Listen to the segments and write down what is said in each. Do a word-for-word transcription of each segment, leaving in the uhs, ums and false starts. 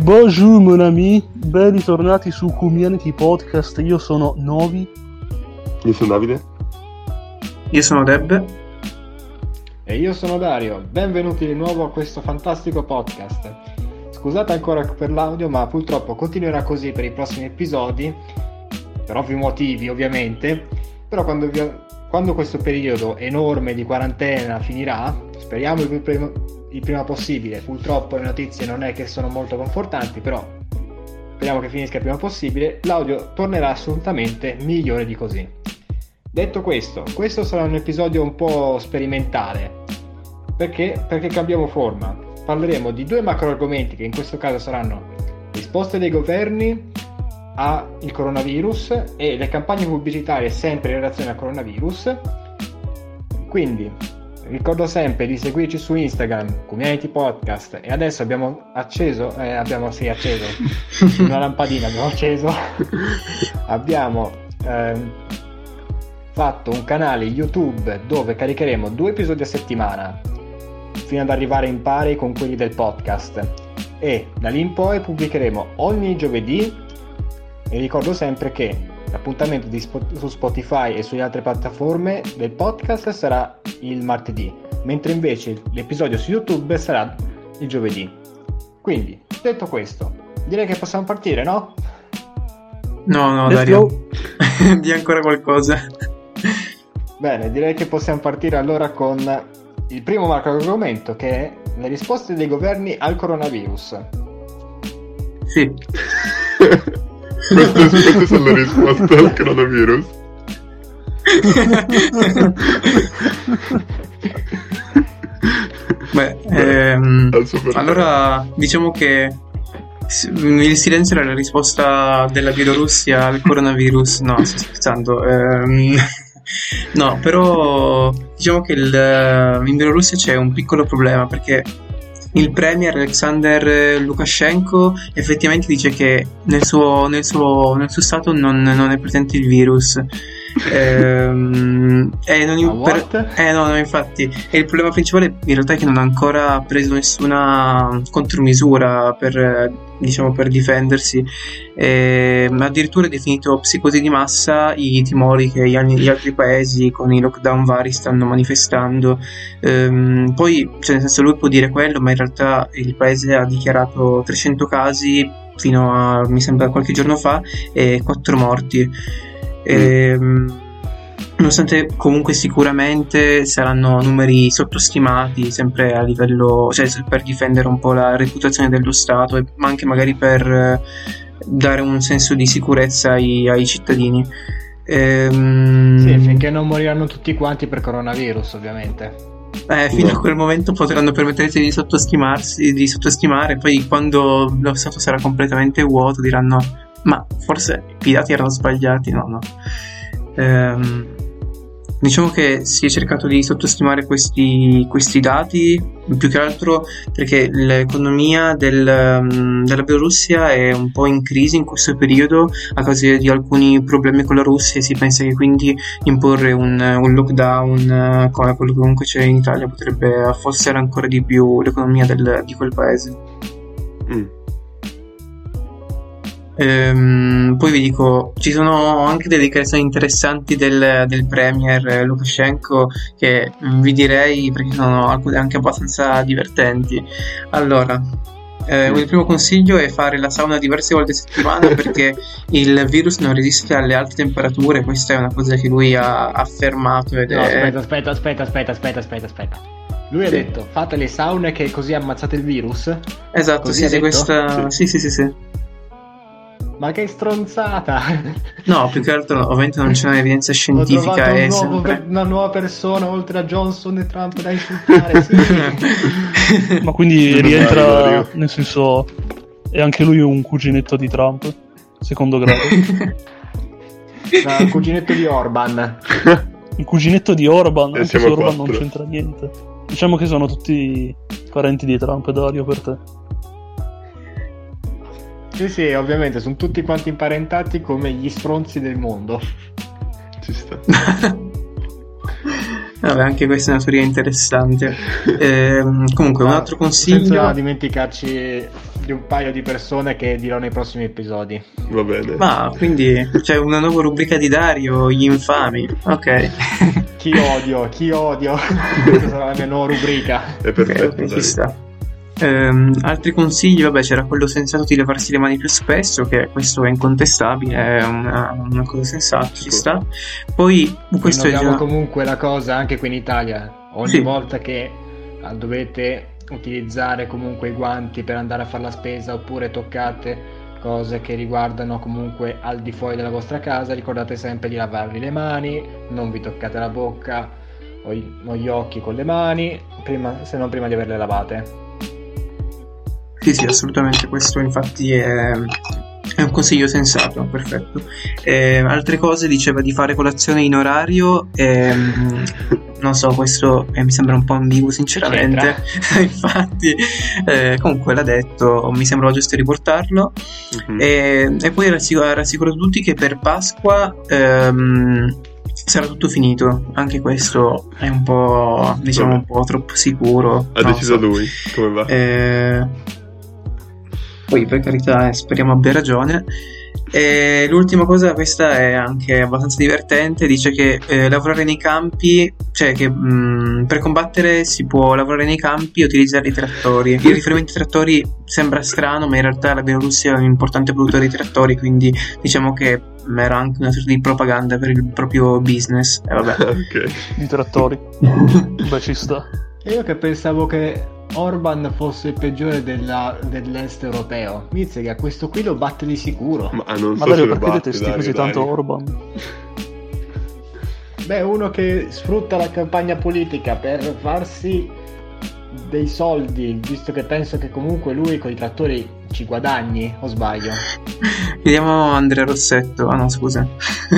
Bonjour mon ami, ben ritornati su Community Podcast. Io sono Novi. Io sono Davide. Io sono Deb. E io sono Dario. Benvenuti di nuovo a questo fantastico podcast. Scusate ancora per l'audio, ma purtroppo continuerà così per i prossimi episodi, per ovvi motivi ovviamente. Però quando, vi, quando questo periodo enorme di quarantena finirà, speriamo il prima, il prima possibile. Purtroppo le notizie non è che sono molto confortanti, però speriamo che finisca il prima possibile. L'audio tornerà assolutamente migliore di così. Detto questo, questo sarà un episodio un po' sperimentale. Perché? Perché cambiamo forma. Parleremo di due macro argomenti che in questo caso saranno risposte dei governi al coronavirus e le campagne pubblicitarie sempre in relazione al coronavirus. Quindi ricordo sempre di seguirci su Instagram, Community Podcast, e adesso abbiamo acceso, eh, abbiamo sì acceso, una lampadina abbiamo acceso, abbiamo ehm, fatto un canale YouTube dove caricheremo due episodi a settimana fino ad arrivare in pari con quelli del podcast, e da lì in poi pubblicheremo ogni giovedì. E ricordo sempre che l'appuntamento di Sp- su Spotify e sulle altre piattaforme del podcast sarà il martedì, mentre invece l'episodio su YouTube sarà il giovedì. Quindi, detto questo, direi che possiamo partire, no? No, no, Let's Dario. Di ancora qualcosa. Bene, direi che possiamo partire allora con il primo macro argomento, che è le risposte dei governi al coronavirus. Sì. Queste, queste sono le risposte al coronavirus. Beh, ehm, Beh, allora diciamo che il silenzio era la risposta della Bielorussia al coronavirus. No, sto scherzando. Ehm, no, però diciamo che il, in Bielorussia c'è un piccolo problema, perché il premier Alexander Lukashenko effettivamente dice che nel suo, nel suo, nel suo stato non, non è presente il virus. ehm, e non per, eh no, no, infatti, e il problema principale in realtà è che non ha ancora preso nessuna contromisura per, diciamo, per difendersi. E addirittura ha definito psicosi di massa i timori che gli, gli altri paesi con i lockdown vari stanno manifestando. Ehm, poi, cioè, nel senso, lui può dire quello, ma in realtà il paese ha dichiarato trecento casi fino a, mi sembra, qualche giorno fa, e quattro morti. E, nonostante comunque sicuramente saranno numeri sottostimati, sempre a livello, cioè, per difendere un po' la reputazione dello Stato, ma anche magari per dare un senso di sicurezza ai, ai cittadini. Ehm... Sì, finché non moriranno tutti quanti per coronavirus, ovviamente. Eh, fino a quel momento potranno permettersi di sottostimarsi, di sottostimare. Poi quando lo Stato sarà completamente vuoto diranno: ma forse i dati erano sbagliati. No, no. Ehm, diciamo che si è cercato di sottostimare questi, questi dati, più che altro perché l'economia del, della Bielorussia è un po' in crisi in questo periodo a causa di alcuni problemi con la Russia, e si pensa che quindi imporre un, un lockdown come quello che comunque c'è in Italia potrebbe affossare ancora di più l'economia del, di quel paese. Mm. Ehm, poi vi dico, ci sono anche delle dichiarazioni interessanti del, del premier Lukashenko che vi direi, perché sono anche abbastanza divertenti. Allora, eh, il primo consiglio è fare la sauna diverse volte a settimana perché il virus non resiste alle alte temperature. Questa è una cosa che lui ha affermato ed no, è... aspetta, aspetta, aspetta, aspetta, aspetta, aspetta, aspetta. Lui sì. ha detto: fate le saune che così ammazzate il virus. Esatto, così sì, sì, questa... sì, sì, sì, sì. Ma che stronzata! No, più che altro ovviamente non c'è un'evidenza scientifica. Ho e trovato un nuovo, sempre... una nuova persona oltre a Johnson e Trump da insultare. Sì. Ma quindi rientra, nel senso, è anche lui un cuginetto di Trump, secondo grado? No, un cuginetto di Orban. Il cuginetto di Orban, e anche se Orban quattro. Non c'entra niente. Diciamo che sono tutti parenti di Trump, Dario, per te. Sì, sì, ovviamente sono tutti quanti imparentati come gli stronzi del mondo. Ci sta. Vabbè, anche questa è una teoria interessante. Eh, comunque, un altro consiglio. Senza dimenticarci di un paio di persone che dirò nei prossimi episodi. Va bene. Ma quindi c'è una nuova rubrica di Dario, gli infami. Ok. Chi odio, chi odio. Questa sarà la mia nuova rubrica. È perfetto, Okay, ok, dai. ci sta. Ehm, altri consigli, vabbè, c'era quello sensato di lavarsi le mani più spesso, che questo è incontestabile, è una, una cosa sensata, ci sta. Poi questo è Abbiamo già comunque la cosa anche qui in Italia, ogni Sì. volta che ah, dovete utilizzare comunque i guanti per andare a fare la spesa oppure toccate cose che riguardano comunque al di fuori della vostra casa, ricordate sempre di lavarvi le mani, non vi toccate la bocca o, i- o gli occhi con le mani, prima, se non prima di averle lavate. Sì, sì, assolutamente, questo infatti è, è un consiglio sensato, perfetto. Eh, altre cose, diceva di fare colazione in orario, ehm, non so, questo eh, mi sembra un po' ambiguo sinceramente, infatti, eh, comunque l'ha detto, mi sembrava giusto riportarlo. Mhm. E, e poi rassicuro, rassicuro tutti che per Pasqua ehm, sarà tutto finito, anche questo è un po', diciamo, Vabbè. un po' troppo sicuro. Ha non deciso so. lui, come va? Eh, poi per carità, eh, speriamo abbia ragione. E l'ultima cosa, questa è anche abbastanza divertente, dice che eh, lavorare nei campi, cioè che mh, per combattere si può lavorare nei campi e utilizzare i trattori. Il riferimento ai trattori sembra strano, ma in realtà la Bielorussia è un importante produttore di trattori, quindi diciamo che era anche una sorta di propaganda per il proprio business. E vabbè. Ok. Di trattori. Beh, ci sta. E io che pensavo che Orban fosse il peggiore della- dell'est europeo, Mizzica, questo qui lo batte di sicuro. Ma non Ma so Dario, se lo perché batte, detesti Dario, così tanto dai. Orban? Beh, uno che sfrutta la campagna politica per farsi dei soldi, visto che penso che comunque lui con i trattori ci guadagni, o sbaglio? Vediamo Andrea Rossetto. Ah no, scusa.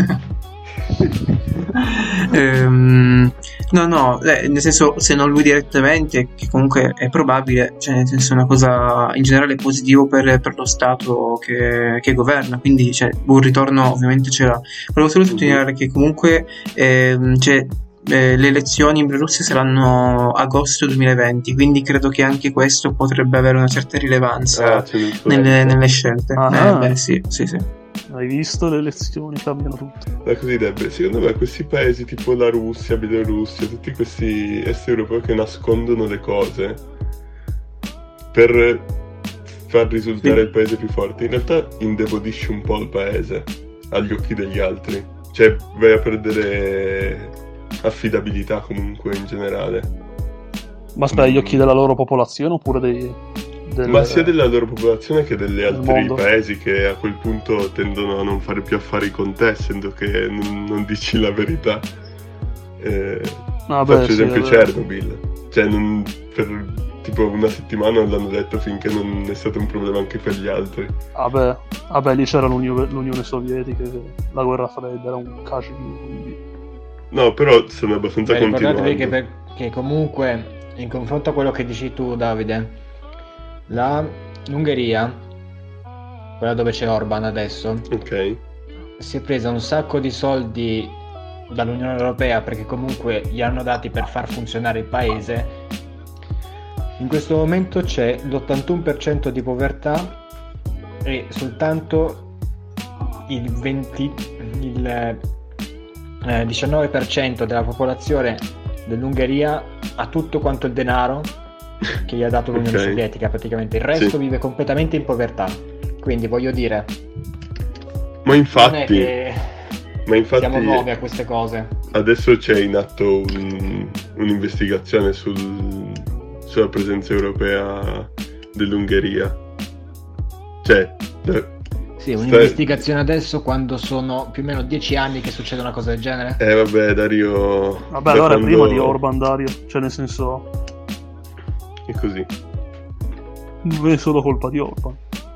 Ehm, no, no, eh, nel senso, se non lui direttamente, che comunque è probabile, cioè nel senso, è una cosa in generale positivo per, per lo Stato che, che governa, quindi cioè, un ritorno ovviamente ce l'ha. Volevo solo sottolineare che comunque ehm, cioè, eh, le elezioni in Bielorussia saranno agosto duemilaventi, quindi credo che anche questo potrebbe avere una certa rilevanza Ah, c'è il nelle, nelle scelte. Ah. Eh, beh, sì, sì, sì. Hai visto, le elezioni cambiano tutto. Ma così Debbe, secondo me questi paesi tipo la Russia, Bielorussia, tutti questi est europei che nascondono le cose per far risultare Sì. il paese più forte, in realtà indebollisce un po' il paese agli occhi degli altri. Cioè vai a perdere affidabilità comunque in generale. Ma aspetta, agli occhi della loro popolazione oppure dei... del- Ma sia della loro popolazione che degli altri mondo. paesi che a quel punto tendono a non fare più affari con te, essendo che non, non dici la verità. Eh, Ah, beh, faccio sì, esempio è vero. Chernobyl. Cioè, non, per tipo una settimana non l'hanno detto finché non è stato un problema anche per gli altri. Ah beh, ah beh, lì c'era l'Unione, l'Unione Sovietica, la guerra fredda era un casino, quindi... No, però sono abbastanza Beh, ricordatevi continuando. che, per- che comunque in confronto a quello che dici tu, Davide, la l'Ungheria, quella dove c'è Orban adesso, Ok. si è presa un sacco di soldi dall'Unione Europea perché comunque gli hanno dati per far funzionare il paese. In questo momento c'è l'ottantuno per cento di povertà e soltanto il venti il eh, diciannove per cento della popolazione dell'Ungheria ha tutto quanto il denaro che gli ha dato l'Unione Ok. Sovietica, praticamente il resto Sì. vive completamente in povertà. Quindi voglio dire, Ma non è infatti, che ma infatti siamo nuovi a queste cose. adesso c'è in atto un- un'investigazione sul- sulla presenza europea dell'Ungheria. Cioè, eh, Sì, stai- un'investigazione adesso quando sono più o meno dieci anni che succede una cosa del genere. eh vabbè, Dario. Vabbè, da allora è quando- prima di Orban, Dario, cioè nel senso, È così. non è solo colpa di Orban.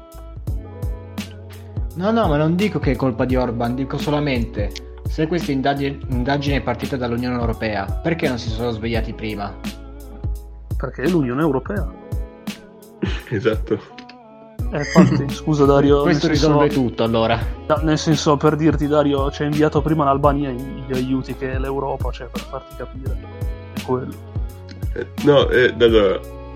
No, no, ma non dico che è colpa di Orban, dico solamente se questa indagine, indagine è partita dall'Unione Europea, perché non si sono svegliati prima? Perché è l'Unione Europea. Esatto. Eh, infatti, scusa Dario, Questo nel senso, risolve tutto, allora. no, nel senso, per dirti Dario, ci ha inviato prima l'Albania gli aiuti che l'Europa, cioè per farti capire. È quello. Eh, No, eh, allora,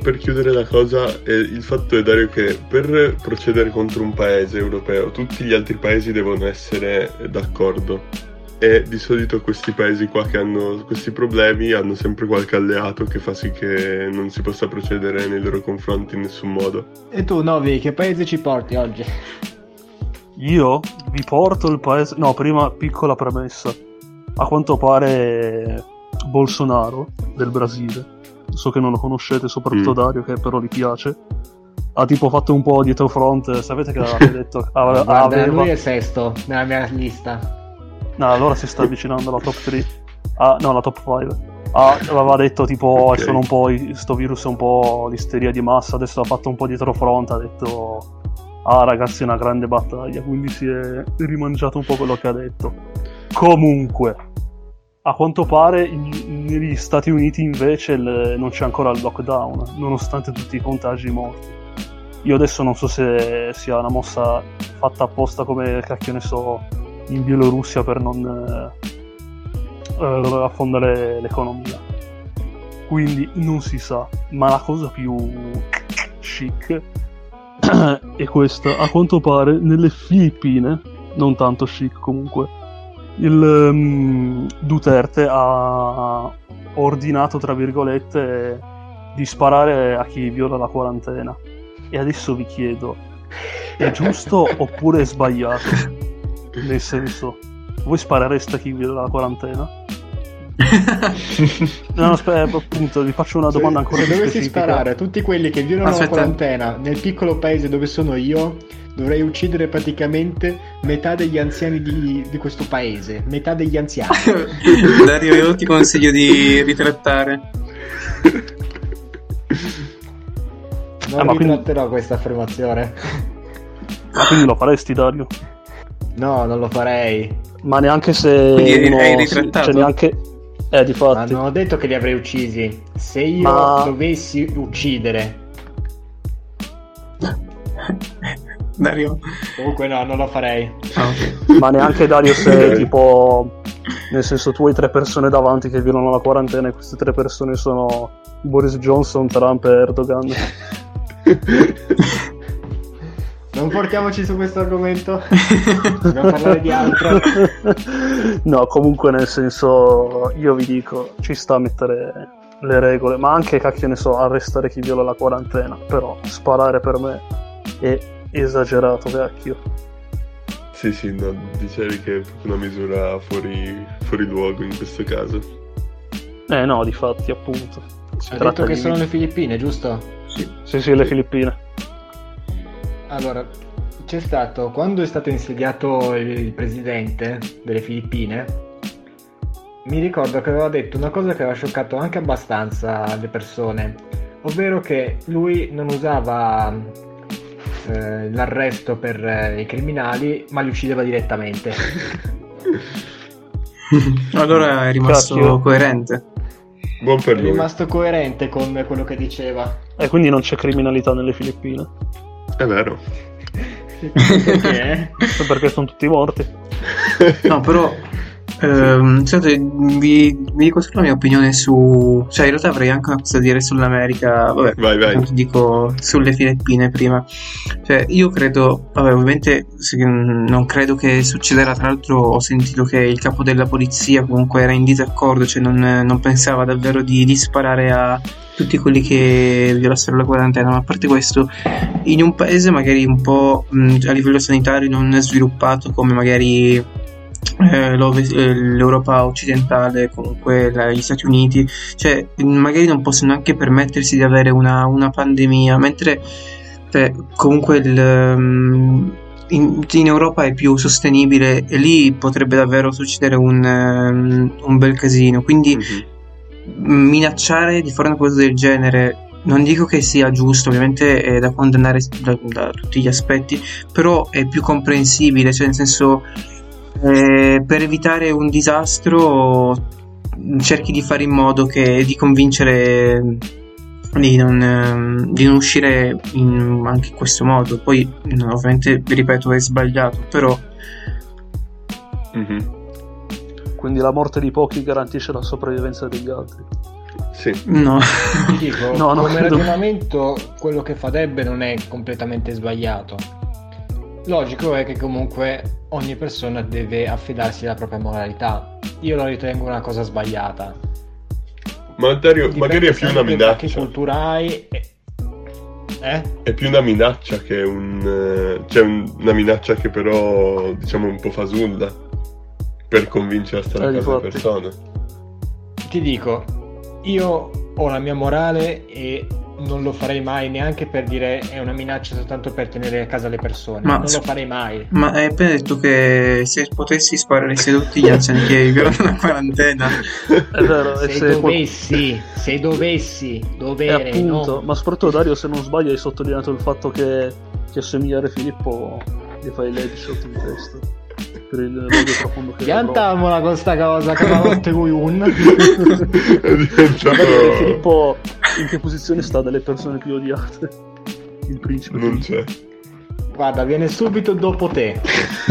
per chiudere la cosa, eh, il fatto è, Dario, che per procedere contro un paese europeo tutti gli altri paesi devono essere d'accordo, e di solito questi paesi qua che hanno questi problemi hanno sempre qualche alleato che fa sì che non si possa procedere nei loro confronti in nessun modo. E tu, Novi, che paese ci porti oggi? Io vi porto il paese... No, prima piccola premessa. A quanto pare Bolsonaro del Brasile, so che non lo conoscete, soprattutto mm. Dario, che però gli piace, ha tipo fatto un po' dietro front. Sapete che aveva detto ave- Guarda, aveva... lui è sesto nella mia lista. No, allora si sta avvicinando alla top tre. Ah, no, la top cinque. Ah, aveva detto tipo okay. Sono un po' sto virus è un po' l'isteria di massa. Adesso ha fatto un po' dietro front, ha detto ah ragazzi è una grande battaglia, quindi si è rimangiato un po' quello che ha detto. Comunque, a quanto pare in, negli Stati Uniti invece il, non c'è ancora il lockdown, nonostante tutti i contagi morti. Io adesso non so se sia una mossa fatta apposta come cacchio ne so in Bielorussia per non eh, eh, affondare l'economia, quindi non si sa. Ma la cosa più chic è questa: a quanto pare nelle Filippine, non tanto chic comunque, il um, Duterte ha ordinato tra virgolette di sparare a chi viola la quarantena. E adesso vi chiedo, è giusto oppure è sbagliato? Nel senso, voi sparereste a chi viola la quarantena? No, aspetta, appunto, vi faccio una domanda ancora se più dovessi specifica. sparare a tutti quelli che violano Aspetta. la quarantena nel piccolo paese dove sono io, dovrei uccidere praticamente metà degli anziani di, di questo paese, metà degli anziani. Dario, io ti consiglio di ritrattare. Non Ah, ma quindi- ritratterò questa affermazione. Ma quindi lo faresti, Dario? No, non lo farei. Ma neanche se Quindi uno hai si- ritrattato? cioè neanche eh Ma difatti non ho detto che li avrei uccisi. Se io Ma- dovessi uccidere, Dario. comunque no, non lo farei. Ah, ok. ma neanche Dario se tipo, nel senso, tu hai tre persone davanti che violano la quarantena e queste tre persone sono Boris Johnson, Trump e Erdogan. Non portiamoci su questo argomento. Dobbiamo parlare di altro. No, comunque nel senso, io vi dico, ci sta a mettere le regole, ma anche, cacchio ne so, arrestare chi viola la quarantena, però sparare per me è esagerato, vecchio. Sì, sì, no, dicevi che è proprio una misura fuori, fuori luogo in questo caso. Eh no, difatti, appunto. Si Ha tratta detto che di... sono le Filippine, giusto? Sì. Sì, sì, le Filippine. Allora, c'è stato, quando è stato insediato il presidente delle Filippine, mi ricordo che aveva detto una cosa che aveva scioccato anche abbastanza le persone, ovvero che lui non usava eh, l'arresto per eh, i criminali, ma li uccideva direttamente. Allora è rimasto Cacchio. coerente. Buon per È lui. rimasto coerente con quello che diceva. E quindi non c'è criminalità nelle Filippine. È vero. Perché? Perché sono tutti morti. No, però ehm, scusate, vi, vi dico solo la mia opinione su... Cioè, in realtà avrei anche una cosa da dire sull'America. Vabbè, Vai, vai. tanto dico sulle Filippine prima. Cioè, io credo... Vabbè, ovviamente se- non credo che succederà. Tra l'altro ho sentito che il capo della polizia comunque era in disaccordo, cioè non, non pensava davvero di, di sparare a tutti quelli che violassero la quarantena. Ma a parte questo, in un paese magari un po' mh, a livello sanitario non sviluppato come magari eh, l'ove- eh, l'Europa occidentale, comunque la- gli Stati Uniti, cioè mh, magari non possono neanche permettersi di avere una, una pandemia, mentre cioè, comunque il, um, in, in Europa è più sostenibile e lì potrebbe davvero succedere un, um, un bel casino. Quindi Mhm. minacciare di fare una cosa del genere, non dico che sia giusto, ovviamente è da condannare da, da tutti gli aspetti, però è più comprensibile, cioè nel senso eh, per evitare un disastro cerchi di fare in modo che di convincere di non, ehm, di non uscire in, anche in questo modo. Poi no, ovviamente vi ripeto è sbagliato, però Mhm. Quindi la morte di pochi garantisce la sopravvivenza degli altri. Sì. No. Ti dico, no, no, come credo... ragionamento quello che fa Deb non è completamente sbagliato. Logico è che comunque ogni persona deve affidarsi alla propria moralità. Io lo ritengo una cosa sbagliata. Ma Dario, Dipende magari è più una sempre da che minaccia. cultura hai e... Eh? È più una minaccia che un... cioè un- una minaccia che però, diciamo, un po' fasulla per convincere a stare Eh, a casa le difatti. persone. Ti dico, io ho la mia morale e non lo farei mai neanche per dire è una minaccia soltanto per tenere a casa le persone. Ma- non lo farei mai. Ma hai appena detto che se potessi spareresti a tutti gli anziani che vivono nella quarantena. È vero, e Se, se qual- dovessi, se dovessi E dovere, appunto, no? ma soprattutto Dario, se non sbaglio, hai sottolineato il fatto che, che assomigliare Filippo gli fai l'headshot in testa per il modo profondo che Piantamola con sta cosa che la notte lui un È diventato... Dario, Filippo in che posizione sta delle persone più odiate? Il principe Non Filippo. c'è. Guarda, viene subito dopo te.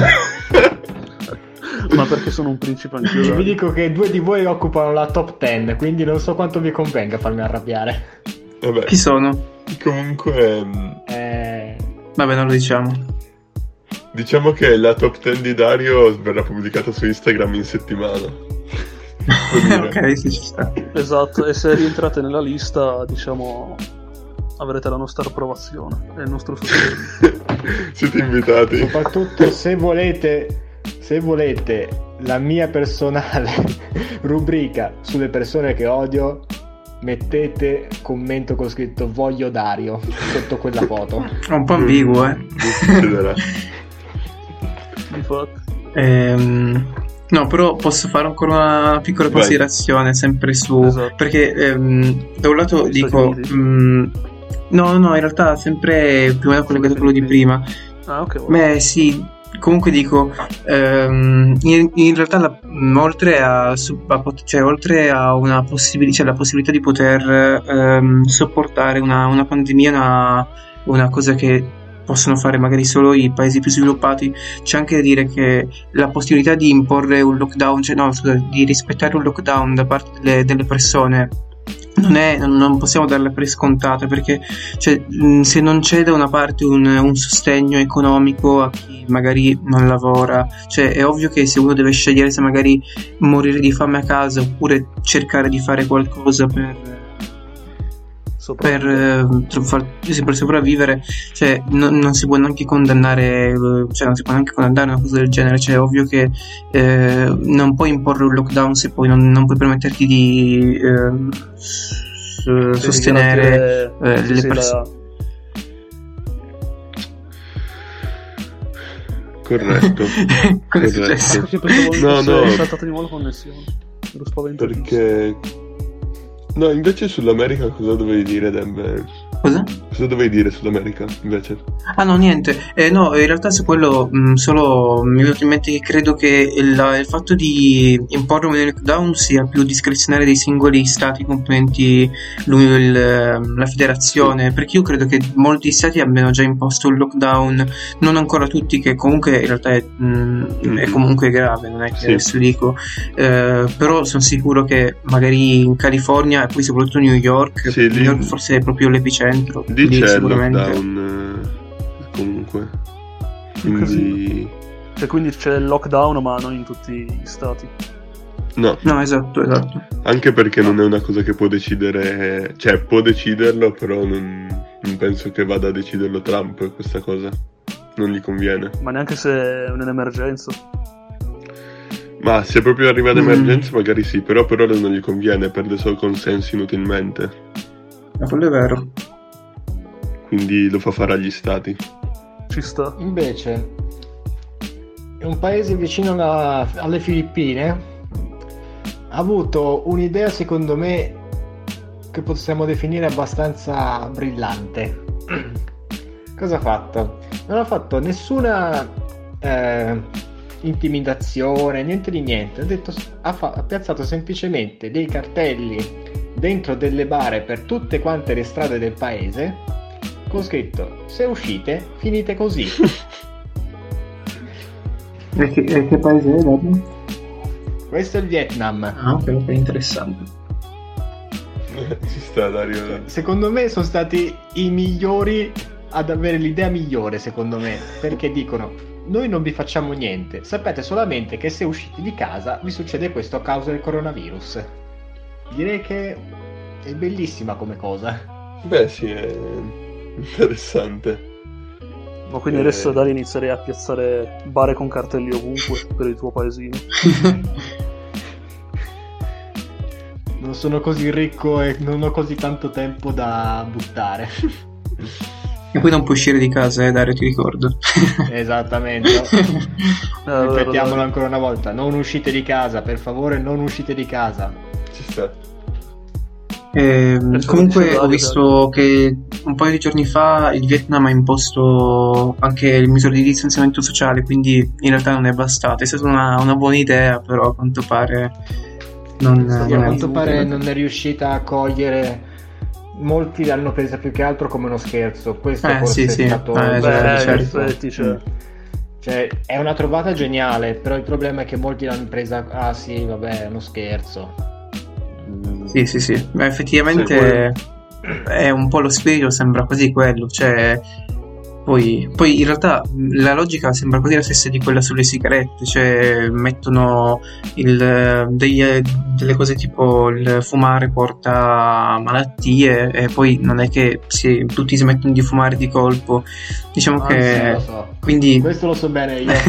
Ma perché sono un principe anch'io? Vi Dario. dico che due di voi occupano la top dieci, quindi non so quanto vi convenga farmi arrabbiare. Vabbè, Chi sono? comunque... mh, Eh... Vabbè, non lo diciamo. diciamo che la top dieci di Dario verrà pubblicata su Instagram in settimana. Può dire. Ok, sì, ci sta. Esatto, e se rientrate nella lista, diciamo, avrete la nostra approvazione e il nostro sostegno. Siete invitati. Soprattutto se volete, se volete la mia personale rubrica sulle persone che odio, mettete commento con scritto voglio Dario sotto quella foto. È un po' ambiguo, eh. Non succederà. Infatti. Ehm, no, però posso fare ancora una piccola Vai. considerazione sempre su... Esatto. Perché ehm, da un lato Stati dico... Uniti. mh, no, no, in realtà sempre più o meno collegato a quello di prima. Ah, ok. Beh, sì, comunque dico, ehm, in, in realtà la- mh, oltre a, su- a pot- cioè, oltre a una possibilità, cioè la possibilità di poter ehm, sopportare una, una pandemia, una, una cosa che possono fare magari solo i paesi più sviluppati, c'è anche da dire che la possibilità di imporre un lockdown, cioè no, scusa, di rispettare un lockdown da parte delle, delle persone non è, non non possiamo darla per scontata, perché cioè, mh, se non c'è da una parte un, un sostegno economico a chi magari non lavora, cioè è ovvio che se uno deve scegliere se magari morire di fame a casa oppure cercare di fare qualcosa per per, eh, tro- far- sì, per sopravvivere, cioè non, non si può neanche condannare, eh, cioè non si può neanche condannare una cosa del genere, cioè è ovvio che eh, non puoi imporre un lockdown se poi non, non puoi permetterti di ehm, s- Devi sostenere garantire- eh, sì, le sì, persone. la- Corretto. Cosa è successo? Corretto. Sì, pensavo No, fosse no. saltata di nuovo la connessione. Ero spaventato. Perché... No, invece sull'America cosa dovevi dire, Dem? Cosa? Cosa dovevi dire sull'America, invece? Ah no, niente, eh, no, in realtà su quello mh, solo mi è venuto in mente che credo che il, il fatto di imporre un lockdown sia più discrezionale dei singoli stati componenti l'u- il- la federazione, perché io credo che molti stati abbiano già imposto un lockdown, non ancora tutti, che comunque in realtà è, mh, è comunque grave, non è che Sì. adesso dico, eh, però sono sicuro che magari in California e poi soprattutto New York, Sì, lì- New York forse è proprio l'epicentro, Lì lì c'è il sicuramente. lockdown, eh, comunque. Così. Quindi... Cioè, quindi c'è il lockdown, ma non in tutti gli stati. No, No, esatto, esatto. anche perché non è una cosa che può decidere... Cioè, può deciderlo, però non, non penso che vada a deciderlo Trump, questa cosa. Non gli conviene. Ma neanche se è un'emergenza. Ma se proprio arriva ad Mm. emergenza magari sì, però per ora non gli conviene, perde solo consenso inutilmente. Ma quello è vero. Quindi lo fa fare agli stati. Ci sta. Invece, un paese vicino alla- alle Filippine ha avuto un'idea, secondo me, che possiamo definire abbastanza brillante. Cosa ha fatto? Non ha fatto nessuna eh, intimidazione, niente di niente. Ha, detto, ha, fa- ha piazzato semplicemente dei cartelli dentro delle bare per tutte quante le strade del paese con scritto: se uscite finite così. E che, e che paese è, Dario? Questo è il Vietnam. Ah, ok, ok, interessante. Ci sta, Dario. Secondo me sono stati i migliori ad avere l'idea migliore, secondo me, perché dicono: noi non vi facciamo niente, sapete solamente che se uscite di casa vi succede questo a causa del coronavirus. Direi che è bellissima come cosa. Beh, sì, è interessante. Ma quindi adesso Dario inizierei a piazzare bare con cartelli ovunque per il tuo paesino. Non sono così ricco e non ho così tanto tempo da buttare. E poi non puoi uscire di casa, eh, Dario, ti ricordo. Esattamente. eh, Ripetiamolo ancora una volta: non uscite di casa, per favore, non uscite di casa. Ci sta. Eh, comunque ho visto che un paio di giorni fa il Vietnam ha imposto anche le misure di distanziamento sociale, quindi in realtà non è bastata. È stata una, una buona idea, però a quanto pare non, sì, non a quanto è pare non è riuscita a cogliere. Molti l'hanno presa più che altro come uno scherzo. Questo eh, forse sì, è sì. stato eh, beh, certo. effetti, cioè. Cioè, è una trovata geniale, però il problema è che molti l'hanno presa, ah sì, vabbè, è uno scherzo. Sì, sì, sì. Beh, effettivamente è un po' lo spirito, sembra quasi quello, cioè poi, poi in realtà la logica sembra quasi la stessa di quella sulle sigarette, cioè mettono il, dei, delle cose tipo il fumare porta malattie e poi non è che si, tutti smettono di fumare di colpo, diciamo ah, che sì, lo so. Quindi questo lo so bene io.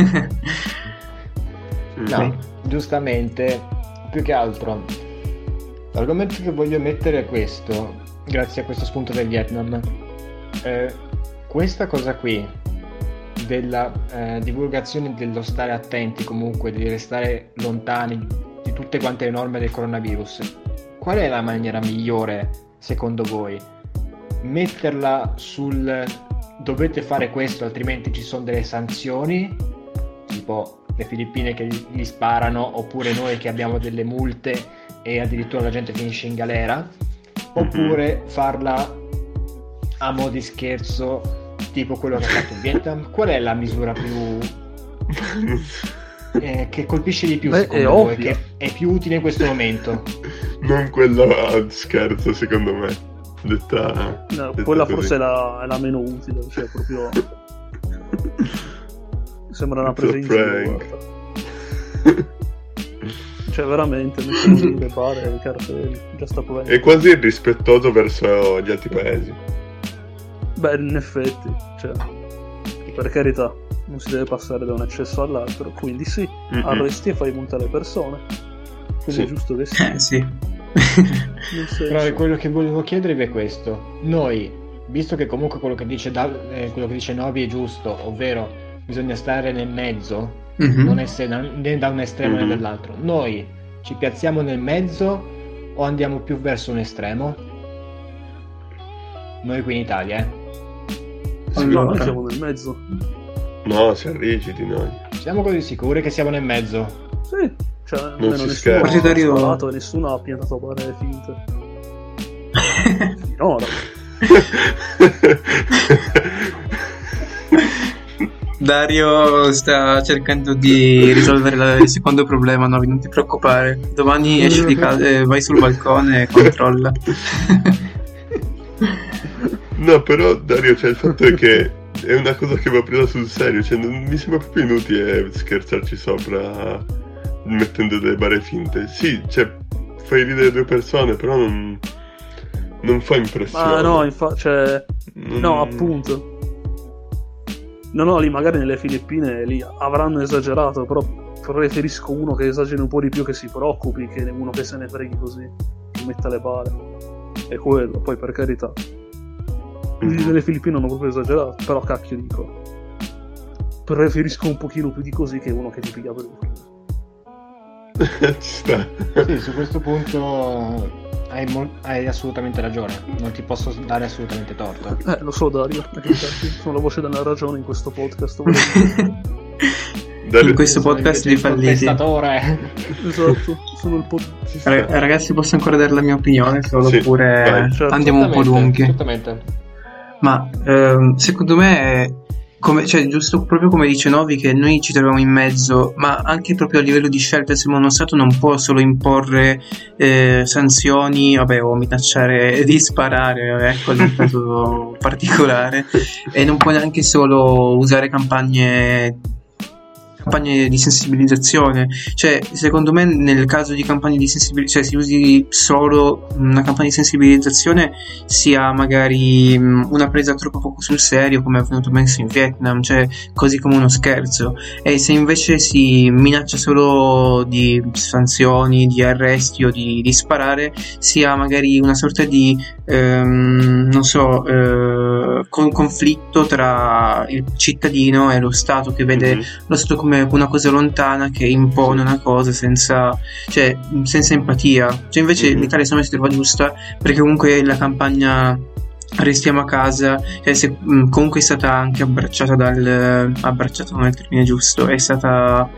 No, giustamente, più che altro l'argomento che voglio mettere è questo, grazie a questo spunto del Vietnam. Eh, questa cosa qui della eh, divulgazione dello stare attenti, comunque di restare lontani di tutte quante le norme del coronavirus, qual è la maniera migliore secondo voi? Metterla sul dovete fare questo altrimenti ci sono delle sanzioni, tipo le Filippine che gli sparano, oppure noi che abbiamo delle multe e addirittura la gente finisce in galera, oppure mm-hmm. farla a mo' di scherzo, tipo quello che ha fatto il Vietnam? Qual è la misura più eh, che colpisce di più? Beh, secondo voi, che è più utile in questo momento? Non quella a scherzo, secondo me. Detta, no, detta quella così. Forse è la, è la meno utile, cioè proprio sembra una presa in giro. Cioè veramente mettono le bare, i cartelli, già sta provando. È quasi irrispettoso verso gli altri paesi. Beh, in effetti, cioè, per carità, non si deve passare da un eccesso all'altro, quindi sì, mm-hmm. arresti e fai multare le persone. Quindi sì. È giusto che sia. Eh, sì. Però quello che volevo chiedervi è questo: noi, visto che comunque quello che dice da, eh, quello che dice Novi è giusto, ovvero bisogna stare nel mezzo, mm-hmm. non essere né da un estremo mm-hmm. né dall'altro, noi ci piazziamo nel mezzo o andiamo più verso un estremo? Noi qui in Italia, eh? Sì, allora. Noi siamo nel mezzo. No, siamo rigidi noi. Siamo così sicuri che siamo nel mezzo? Sì, cioè non nessuno si ha scherza. sparato e nessuno ha piantato bare finte. Finora. Dario sta cercando di risolvere la, il secondo problema, no, non ti preoccupare. Domani esci di casa, eh, vai sul balcone e controlla. No, però Dario, cioè il fatto è che è una cosa che va presa sul serio, cioè non mi sembra proprio inutile scherzarci sopra mettendo delle bare finte. Sì, cioè fai ridere due persone, però non non fa impressione. Ma no, infatti, cioè non... no, appunto. No, no, lì magari nelle Filippine lì avranno esagerato, però preferisco uno che esageri un po' di più, che si preoccupi, che uno che se ne freghi così, che metta le bare. È quello, poi per carità. Mm-hmm. Nelle Filippine hanno proprio esagerato, però cacchio dico, preferisco un pochino più di così che uno che ti piglia per il culo. Ci sta. Sì, su questo punto hai, mo- hai assolutamente ragione, non ti posso dare assolutamente torto. Eh, lo so Dario, sono la voce della ragione in questo podcast. In questo podcast di falliti. Esatto, sono il pod- Rag- ragazzi, posso ancora dare la mia opinione solo, sì, oppure vai, certo. Andiamo un po' lunghi. Certamente. Ma ehm, secondo me come, cioè, giusto proprio come dice Novi, che noi ci troviamo in mezzo, ma anche proprio a livello di scelta, insomma, uno Stato non può solo imporre eh, sanzioni, vabbè, o minacciare di sparare, ecco, in un caso particolare, e non può neanche solo usare campagne campagne di sensibilizzazione. Cioè, secondo me, nel caso di campagne di sensibilizzazione, cioè si usi solo una campagna di sensibilizzazione, sia magari una presa troppo poco sul serio, come è avvenuto penso in Vietnam, cioè così come uno scherzo. E se invece si minaccia solo di sanzioni, di arresti o di, di sparare, sia magari una sorta di ehm, non so eh, con, conflitto tra il cittadino e lo Stato, che vede mm-hmm. lo Stato come una cosa lontana, che impone una cosa senza, cioè, senza empatia. Cioè, invece mm-hmm. l'Italia secondo me si trova giusta, perché comunque la campagna restiamo a casa, cioè, se, mh, comunque è stata anche abbracciata dal abbracciata non è il termine giusto, è stata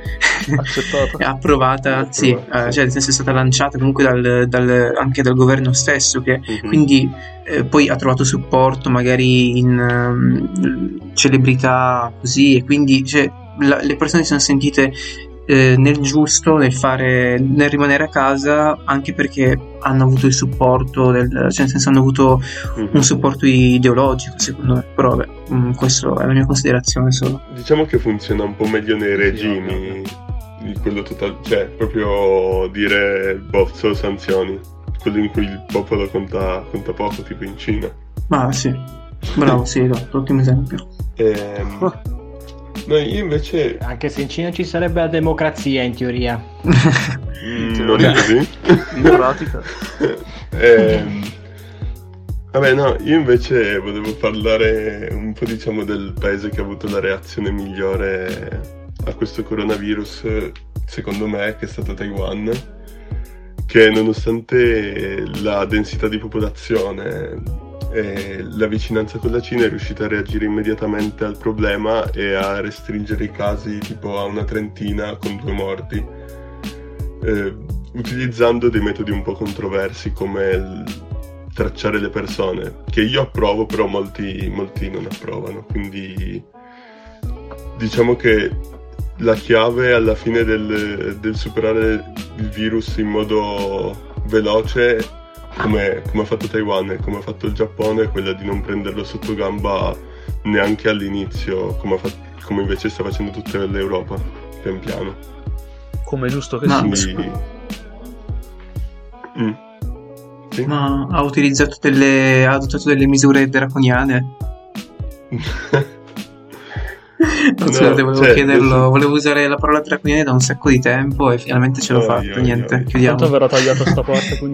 approvata, sì, eh, cioè nel senso è stata lanciata comunque dal, dal, anche dal governo stesso, che mm-hmm. quindi eh, poi ha trovato supporto magari in um, celebrità così, e quindi cioè, la, le persone si sono sentite eh, nel giusto nel fare, nel rimanere a casa, anche perché hanno avuto il supporto del, cioè nel senso hanno avuto mm-hmm. un supporto ideologico, secondo me. Però vabbè, mh, questa è la mia considerazione solo. Diciamo che funziona un po' meglio nei regimi, di quello total, cioè proprio dire boh, solo sanzioni, quello in cui il popolo conta, conta poco, tipo in Cina. Ah sì, bravo, sì, esatto, ottimo esempio. ehm No, io invece... Anche se in Cina ci sarebbe la democrazia, in teoria. mm, non è così? In pratica. eh, vabbè, no, io invece volevo parlare un po', diciamo, del paese che ha avuto la reazione migliore a questo coronavirus, secondo me, che è stata Taiwan, che nonostante la densità di popolazione e la vicinanza con la Cina è riuscita a reagire immediatamente al problema e a restringere i casi tipo a una trentina con due morti, eh, utilizzando dei metodi un po' controversi come il tracciare le persone, che io approvo, però molti, molti non approvano. Quindi diciamo che la chiave alla fine del, del superare il virus in modo veloce, come, come ha fatto Taiwan e come ha fatto il Giappone, è quella di non prenderlo sotto gamba neanche all'inizio, come, ha fatto, come invece sta facendo tutta l'Europa, pian piano. Come è giusto che Ma... sia. Quindi... Mm. Sì? Ma ha utilizzato delle... ha adottato delle misure draconiane? Non so, no, volevo cioè, chiederlo, adesso... volevo usare la parola draconiane da un sacco di tempo e finalmente ce l'ho oh, fatta, io, niente, io. Chiudiamo. Tanto verrà tagliata sta parte, quindi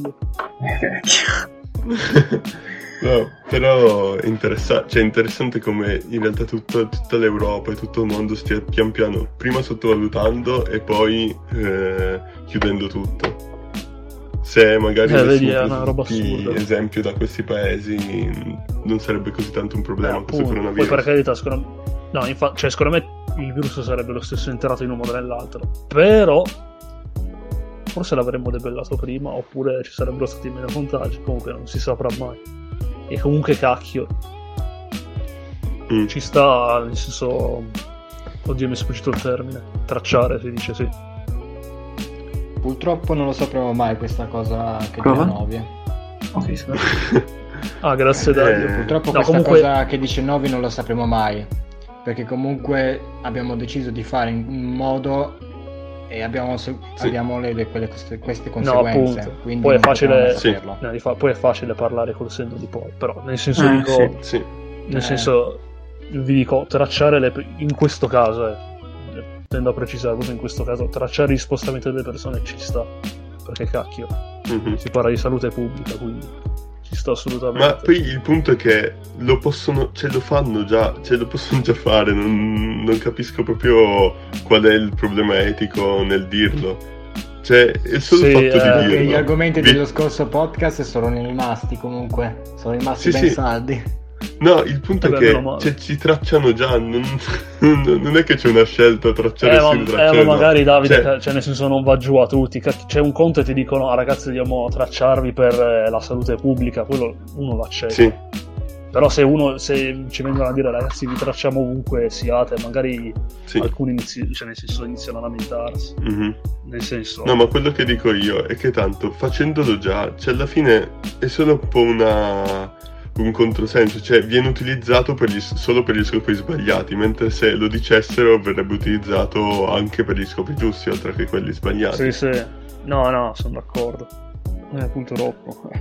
no, però è interessante, cioè, interessante come in realtà tutta, tutta l'Europa e tutto il mondo stia pian piano prima sottovalutando e poi eh, chiudendo tutto. Se magari eh, avessimo preso esempio da questi paesi non sarebbe così tanto un problema eh, questo coronavirus. Poi per carità, secondo me, no, infatti, cioè, secondo me il virus sarebbe lo stesso entrato in un modo o nell'altro, però forse l'avremmo debellato prima, oppure ci sarebbero stati meno contagi, comunque non si saprà mai. E comunque cacchio mm. ci sta, nel senso, oddio mi è sfuggito il termine, tracciare si dice, sì. Purtroppo non lo sapremo mai questa cosa che dice Novi. Ok, sì. Ah, grazie Dario. Eh, Purtroppo no, questa comunque... cosa che dice Novi non lo sapremo mai, perché comunque abbiamo deciso di fare in un modo e abbiamo, sì. abbiamo le, le, quelle, queste, queste conseguenze. No, quindi poi è facile sì. no, poi è facile parlare col senno di poi, però nel senso eh, dico sì, sì. nel eh. senso vi dico tracciare le, in questo caso eh, tendo a precisare proprio in questo caso tracciare gli spostamenti delle persone ci sta, perché cacchio mm-hmm. si parla di salute pubblica, quindi ci sta assolutamente. Ma poi il punto è che lo possono, cioè lo fanno già, cioè lo possono già fare, non, non capisco proprio qual è il problema etico nel dirlo. Cioè è solo il sì, fatto eh, di dirlo. Gli argomenti Vi... dello scorso podcast sono rimasti comunque, sono rimasti sì, ben sì. saldi. No, il punto eh è beh, che meno cioè, ci tracciano già, non, non è che c'è una scelta tracciare eh, sì, ma, tracciare eh, ma magari no. Davide, cioè... cioè nel senso non va giù a tutti, c'è un conto e ti dicono ah ragazzi andiamo a tracciarvi per eh, la salute pubblica, quello uno l'accetta. Sì. Però se uno se ci vengono a dire ragazzi vi tracciamo ovunque siate, magari sì. alcuni inizi, cioè nel senso iniziano a lamentarsi. Mm-hmm. Nel senso no, ma quello che dico io è che tanto facendolo già, cioè alla fine è solo un po' una un controsenso, cioè viene utilizzato per gli, solo per gli scopi sbagliati, mentre se lo dicessero verrebbe utilizzato anche per gli scopi giusti oltre che quelli sbagliati. Sì, sì. No, no, sono d'accordo. È appunto troppo.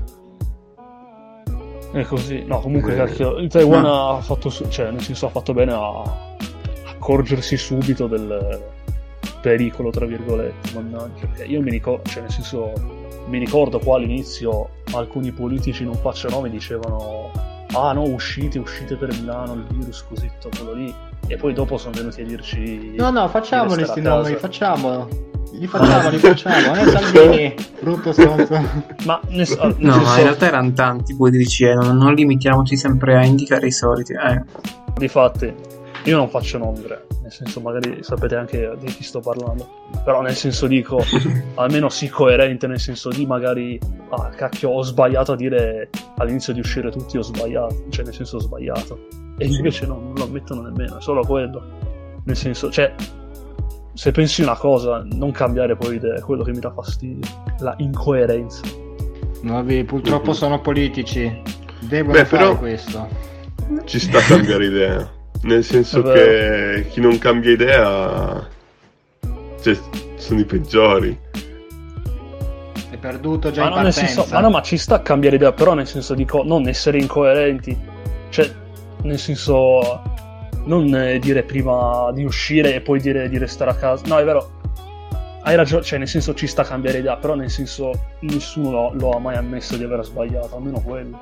È così. No, comunque, eh. cacchio, il Taiwan no. ha fatto, cioè, nel senso, ha fatto bene a accorgersi subito del pericolo, tra virgolette. Mannaggia. Io mi ricordo, cioè, nel senso, mi ricordo qua all'inizio alcuni politici, non faccio nomi, dicevano ah no, uscite, uscite per Milano, il virus, così, quello lì. E poi dopo sono venuti a dirci no, no, facciamoli sti nomi, facciamolo. Li facciamo, li facciamo, eh Salvini, brutto stronzo. Ma ness- no, ness- ma in realtà erano tanti politici, eh, non, non limitiamoci sempre a indicare i soliti. Eh. Difatti, io non faccio nomi, nel senso magari sapete anche di chi sto parlando. Però nel senso dico, almeno sii coerente, nel senso di magari, ah cacchio, ho sbagliato a dire all'inizio di uscire tutti, ho sbagliato, cioè nel senso ho sbagliato. E invece no, non lo ammettono nemmeno, è solo quello. Nel senso, cioè... se pensi una cosa, non cambiare poi idea, è quello che mi dà fastidio, la incoerenza. Nuovi purtroppo mm-hmm. sono politici, devono Beh, fare però questo. Ci sta a cambiare idea, nel senso che chi non cambia idea, cioè, sono i peggiori. È perduto già ma in no, partenza. Nel senso, ma no, ma ci sta a cambiare idea, però nel senso dico, non essere incoerenti, cioè, nel senso... non eh, dire prima di uscire e poi dire di restare a casa. No, è vero, hai ragione, cioè nel senso ci sta a cambiare idea, però nel senso nessuno lo, lo ha mai ammesso di aver sbagliato, almeno quello.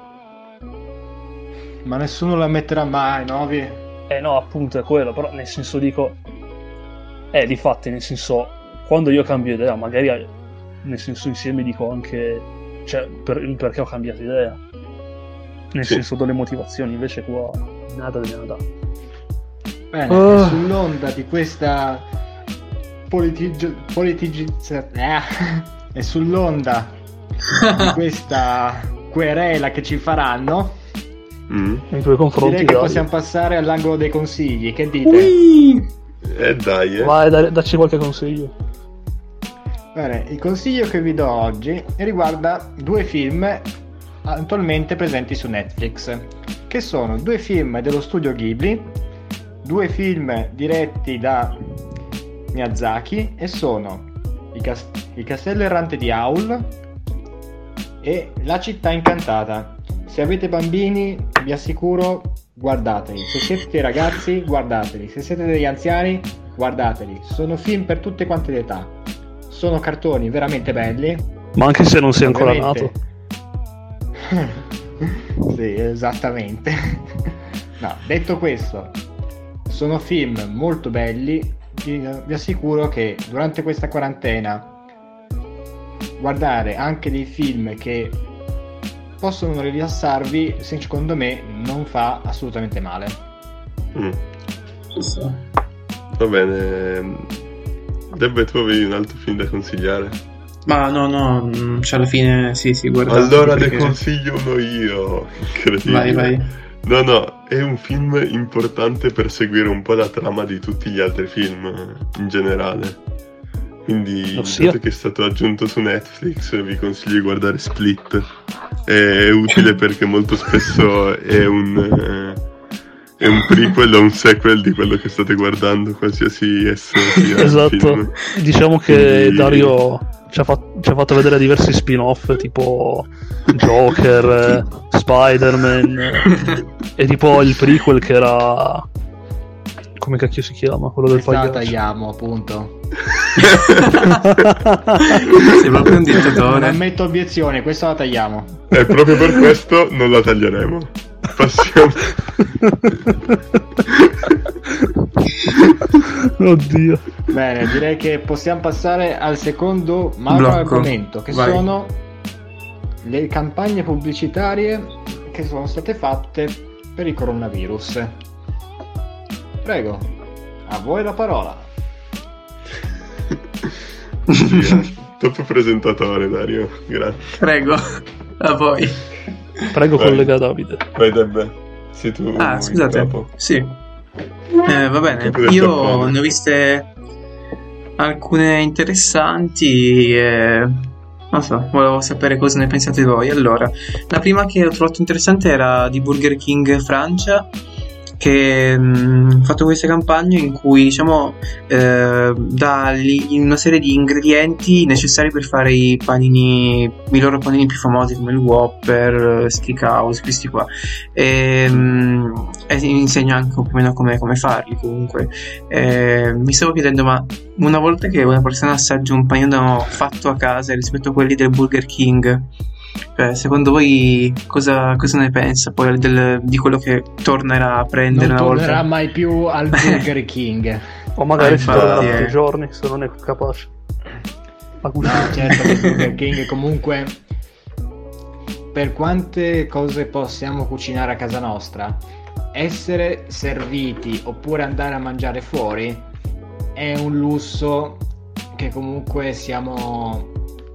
Ma nessuno lo ammetterà mai, no? Vi? Eh no, appunto è quello, però nel senso dico eh, di fatti, nel senso quando io cambio idea, magari nel senso insieme dico anche, cioè per, perché ho cambiato idea, nel sì. senso delle motivazioni, invece qua nada di nada. Bene, oh. e sull'onda di questa politig- politicizzazione eh, e sull'onda di questa querela che ci faranno mm. nei tuoi confronti, direi che dai. possiamo passare all'angolo dei consigli, che dite? Ui. Eh dai, eh. Vai, dai, dacci qualche consiglio. Bene, il consiglio che vi do oggi riguarda due film attualmente presenti su Netflix, che sono due film dello studio Ghibli, due film diretti da Miyazaki, e sono Il, cas- il castello errante di Howl e La città incantata. Se avete bambini, vi assicuro, guardateli. Se siete ragazzi, guardateli. Se siete degli anziani, guardateli. Sono film per tutte quante le età. Sono cartoni veramente belli. Ma anche se non sei ancora nato. Sì, esattamente. No, detto questo, sono film molto belli. Vi, vi assicuro che durante questa quarantena guardare anche dei film che possono rilassarvi, secondo me, non fa assolutamente male. Mm. Va bene. Debbe, tu avevi un altro film da consigliare? Ma no, no, cioè alla fine sì, sì, guardate. Allora perché... ne consiglio uno io. Incredibile. Vai, vai. No, no, è un film importante per seguire un po' la trama di tutti gli altri film in generale. Quindi, dato che è stato aggiunto su Netflix, vi consiglio di guardare Split. È utile perché molto spesso è un, eh, è un prequel o un sequel di quello che state guardando, qualsiasi esso sia. Esatto, film. Diciamo che quindi... Dario ci ha, fatto, ci ha fatto vedere diversi spin-off, tipo Joker, Spider-Man, e tipo il prequel che era... come cacchio si chiama? Quello del pagliaccio. Questa la tagliamo, appunto. Sei proprio un dittatore. Non ammetto obiezione, questa la tagliamo. E proprio per questo non la taglieremo. Passiamo. Oddio. Bene, direi che possiamo passare al secondo macro argomento, che Vai. sono le campagne pubblicitarie che sono state fatte per il coronavirus. Prego, a voi la parola. Top presentatore, Dario, grazie. Prego, a voi. Prego, Vai. collega Davide. Vai, Debbe. sei tu. Ah, scusate. Capo. Sì. Eh, va bene. Io ne ho viste alcune interessanti e non so, volevo sapere cosa ne pensate voi. Allora, la prima che ho trovato interessante era di Burger King Francia, che ha fatto queste campagne in cui diciamo eh, dà li, una serie di ingredienti necessari per fare i panini, i loro panini più famosi come il Whopper, Steakhouse, questi qua, e, um, e insegna anche più o meno come, come farli. Comunque eh, mi stavo chiedendo, ma una volta che una persona assaggia un panino fatto a casa rispetto a quelli del Burger King, cioè, secondo voi cosa, cosa ne pensa poi del, di quello che tornerà a prendere non una volta? Non tornerà mai più al Burger King. O magari ah, ci tornerà eh. tutti i giorni se non è capace. No, certo che il Burger King comunque, per quante cose possiamo cucinare a casa nostra, essere serviti oppure andare a mangiare fuori è un lusso che comunque siamo...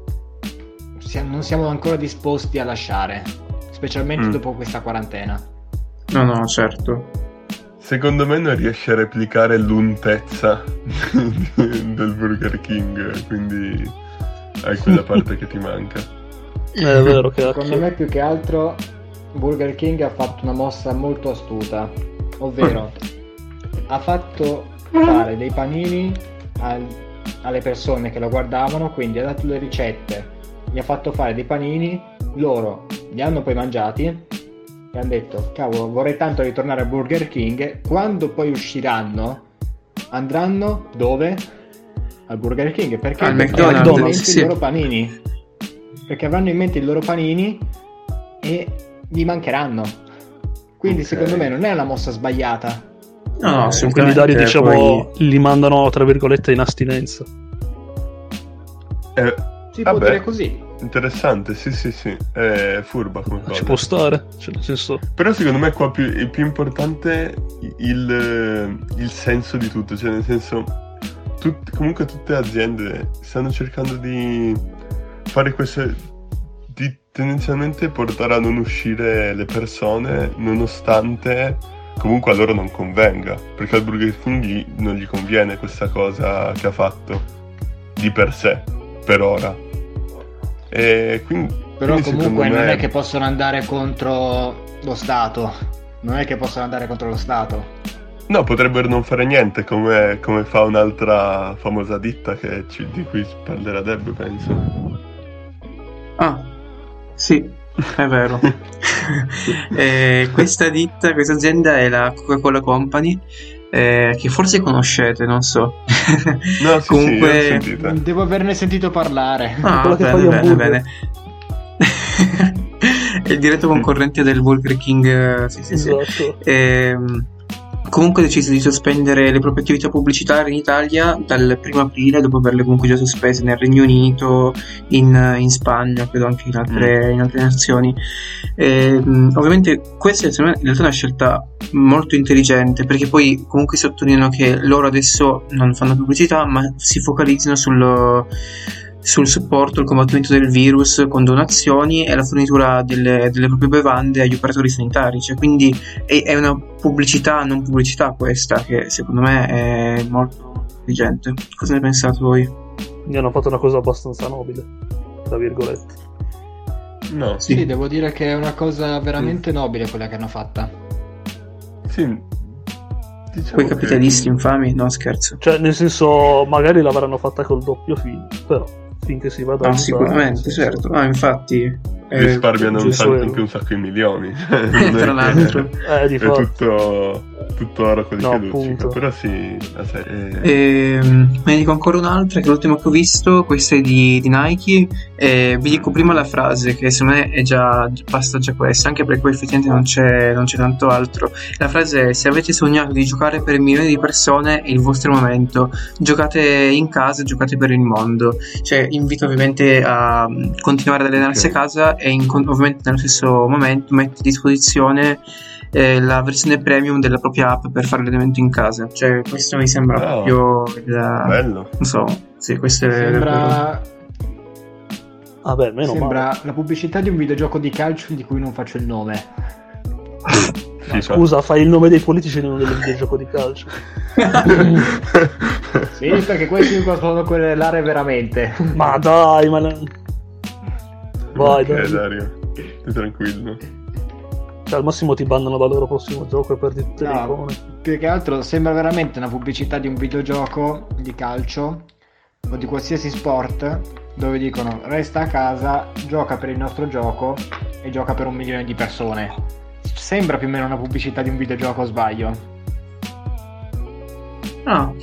non siamo ancora disposti a lasciare, specialmente mm. dopo questa quarantena. No, no, certo. Secondo me non riesci a replicare l'untezza del Burger King, quindi hai quella parte che ti manca. È vero che secondo me più che altro Burger King ha fatto una mossa molto astuta, ovvero ha fatto fare dei panini al, alle persone che lo guardavano, quindi ha dato le ricette, gli ha fatto fare dei panini, loro li hanno poi mangiati e hanno detto cavolo, vorrei tanto ritornare a Burger King. Quando poi usciranno andranno dove? Al Burger King, perché al avranno McDonald's, in mente sì. i loro panini, perché avranno in mente i loro panini e gli mancheranno, quindi okay. Secondo me non è una mossa sbagliata. No, eh, quindi Dario diciamo poi... li mandano tra virgolette in astinenza. eh Si può Vabbè, dire così. Interessante, sì sì sì, è furba come cosa. Ci può stare, cioè, nel senso... Però secondo me qua più, è più importante il, il senso di tutto, cioè nel senso tut, comunque tutte le aziende stanno cercando di fare queste, di tendenzialmente portare a non uscire le persone nonostante comunque a loro non convenga, perché al Burger King non gli conviene questa cosa che ha fatto di per sé, per ora. E quindi, però quindi comunque non me... è che possono andare contro lo Stato, non è che possono andare contro lo Stato. No, potrebbero non fare niente, come, come fa un'altra famosa ditta che ci, di cui parlerà Deb, penso. Ah, sì, è vero. eh, questa ditta, questa azienda è la Coca-Cola Company, eh, che forse conoscete, non so. No, sì, comunque sì, devo averne sentito parlare. Ah, quello bene, che fa bene, bene. È il diretto concorrente del Burger King, sì, sì, esatto. sì. E, comunque ha deciso di sospendere le proprie attività pubblicitarie in Italia dal primo aprile, dopo averle comunque già sospese nel Regno Unito, in, in Spagna, credo anche in altre, mm. in altre nazioni. E, ovviamente questa è in realtà una scelta molto intelligente, perché poi comunque sottolineano che loro adesso non fanno pubblicità ma si focalizzano sul, sul supporto, il combattimento del virus con donazioni e la fornitura delle, delle proprie bevande agli operatori sanitari, cioè quindi è, è una pubblicità non pubblicità questa, che secondo me è molto intelligente. Cosa ne pensate voi? Quindi hanno fatto una cosa abbastanza nobile, tra virgolette. No, sì, sì, devo dire che è una cosa veramente mm. nobile quella che hanno fatta. Sì, diciamo quei capitalisti che... infami, no scherzo. Cioè, nel senso, magari l'avranno fatta col doppio filo, però finché si vada ah, a sicuramente, usare, certo. Ah, infatti risparmiano eh, un, sacco, anche un sacco di milioni. Tra l'altro è, di è tutto, tutto oro con no, che luccica. Però sì, eh. e, ne dico ancora un'altra, che è l'ultima che ho visto, questa è di, di Nike, e vi dico prima la frase, che secondo me è già, basta già questa, anche perché poi effettivamente non c'è, non c'è tanto altro. La frase è: se avete sognato di giocare per milioni di persone è il vostro momento, giocate in casa, giocate per il mondo. Cioè invito ovviamente a continuare ad allenarsi okay. a casa, e in, ovviamente nello stesso momento mette a disposizione eh, la versione premium della propria app per fare l'allenamento in casa. Cioè questo mi sembra oh, proprio la... bello, non so, sì, questo sembra... è ah, beh, meno sembra male. La pubblicità di un videogioco di calcio di cui non faccio il nome. FIFA. Scusa, fai il nome dei politici in uno del videogioco di calcio. Sì, perché questi sono quelle rare veramente. Ma dai, ma... Vai, ok, dai. Dario, stai tranquillo. Cioè, al massimo ti bannano dal loro prossimo gioco e perdi tutte le No, icone. più che altro sembra veramente una pubblicità di un videogioco di calcio o di qualsiasi sport dove dicono resta a casa, gioca per il nostro gioco e gioca per un milione di persone. Sembra più o meno una pubblicità di un videogioco, o sbaglio? Ah,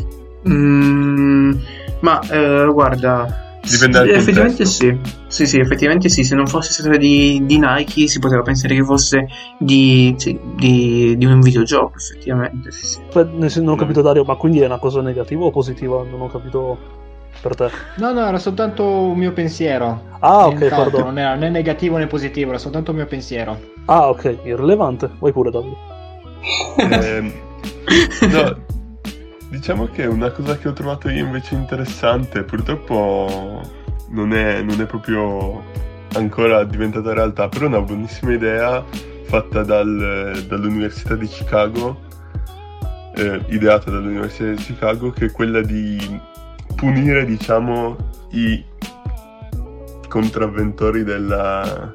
mm, ma eh, guarda, Dipende dal effettivamente contesto. sì. Sì, sì, effettivamente sì. Se non fosse stato di, di Nike, si poteva pensare che fosse di, sì, di, di un videogioco, effettivamente. Sì, sì. Beh, nel senso, non ho capito, Dario, ma quindi è una cosa negativa o positiva? Non ho capito per te. No, no, era soltanto un mio pensiero. Ah, ok, Infatti, perdono. non era né negativo né positivo, era soltanto un mio pensiero. Ah, ok, irrilevante. Vai pure, Davide. Ehm, no, diciamo che una cosa che ho trovato io invece interessante, purtroppo non è, non è proprio ancora diventata realtà, però è una buonissima idea fatta dal, dall'Università di Chicago, eh, ideata dall'Università di Chicago, che è quella di punire, diciamo, i contravventori della...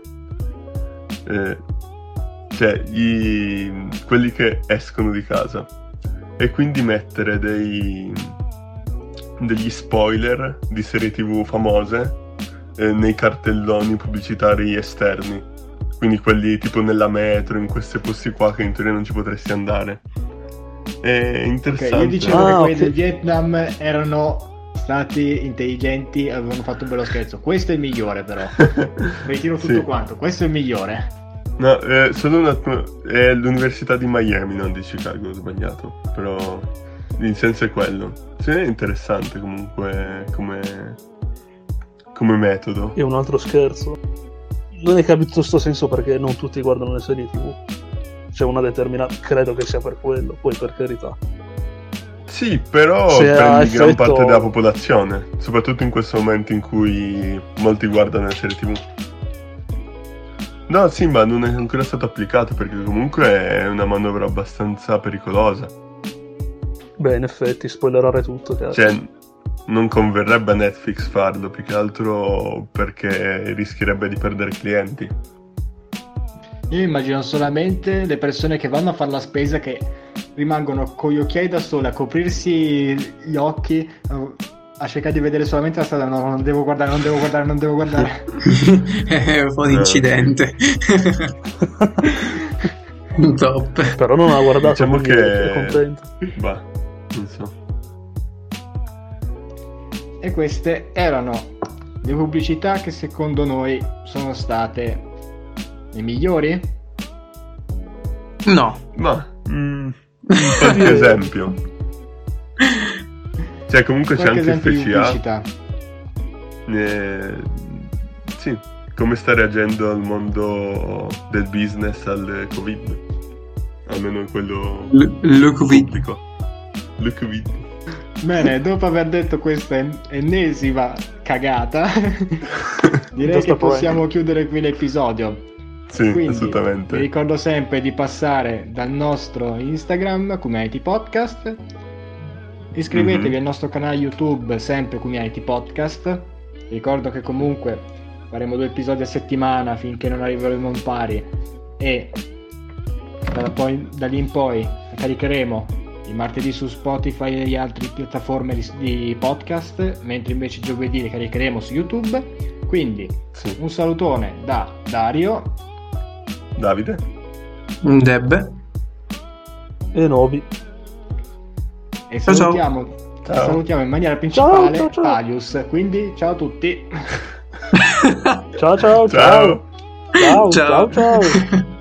Eh, cioè i, quelli che escono di casa, e quindi mettere dei degli spoiler di serie tv famose eh, nei cartelloni pubblicitari esterni, quindi quelli tipo nella metro, in questi posti qua che in teoria non ci potresti andare. È interessante. Ok, io dicevo Ah, che quelli ok. del Vietnam erano stati intelligenti, avevano fatto un bello scherzo. Questo è il migliore, però. Ritiro tutto Sì. quanto, questo è il migliore. No, è solo una, è l'Università di Miami, non di Chicago, ho sbagliato, però il senso è quello. Sì, è interessante comunque come, come metodo. È un altro scherzo. Non è capito sto senso perché non tutti guardano le serie tv. C'è una determinata... Credo che sia per quello, poi per carità. Sì, però Se ha prendi gran effetto- parte della popolazione, soprattutto in questo momento in cui molti guardano le serie tv. No, sì, ma non è ancora stato applicato perché comunque è una manovra abbastanza pericolosa. Beh, in effetti, spoilerare tutto, cazzo. Cioè, non converrebbe a Netflix farlo, più che altro perché rischierebbe di perdere clienti. Io immagino solamente le persone che vanno a fare la spesa che rimangono con gli occhiali da sole a coprirsi gli occhi, a cercare di vedere solamente la strada. No, non devo guardare, non devo guardare, non devo guardare. È un po' di incidente. Top. Però non ha guardato, Diciamo quindi che... è contento. Bah, non so. E queste erano le pubblicità che secondo noi sono state le migliori. No. Ma... Mm, un po' di esempio. Cioè, comunque c'è Qualche anche esempio di F C A. pubblicità. Eh, sì, come sta reagendo al mondo del business al Covid, almeno in quello L- lo Covid. pubblico. Il Covid. Bene, dopo aver detto questa en- ennesima cagata, direi Giusto che possiamo chiudere qui l'episodio. Sì, Quindi assolutamente. vi ricordo sempre di passare dal nostro Instagram Community Podcast, iscrivetevi Mhm. al nostro canale YouTube sempre Community Podcast. Vi ricordo che comunque faremo due episodi a settimana finché non arriveremo in pari, e da, poi, da lì in poi caricheremo il martedì su Spotify e le altre piattaforme di, di podcast, mentre invece giovedì le caricheremo su YouTube. Quindi Sì. un salutone da Dario, Davide? Debbe. E Novi. e Ciao, ciao. salutiamo, Ciao. salutiamo in maniera principale Ciao, ciao, ciao. Palius. Quindi ciao a tutti. Ciao ciao ciao. Ciao. Ciao ciao Ciao. ciao. ciao.